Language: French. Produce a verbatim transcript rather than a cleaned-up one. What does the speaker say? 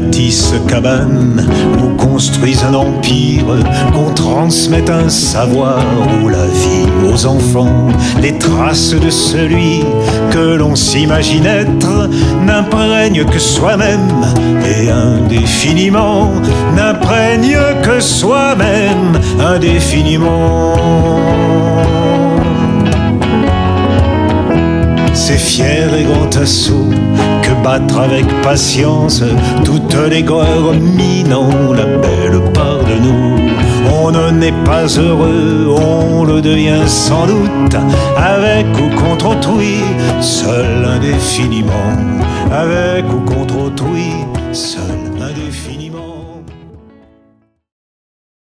bâtissent cabane ou construisent un empire, qu'on transmette un savoir ou la vie aux enfants. Les traces de celui que l'on s'imagine être n'imprègnent que soi-même et indéfiniment, n'imprègnent que soi-même indéfiniment. C'est fier et grand assaut que battre avec patience toutes les guerres minant la belle part de nous. On ne n'est pas heureux, on le devient sans doute, avec ou contre autrui, seul indéfiniment, avec ou contre autrui, seul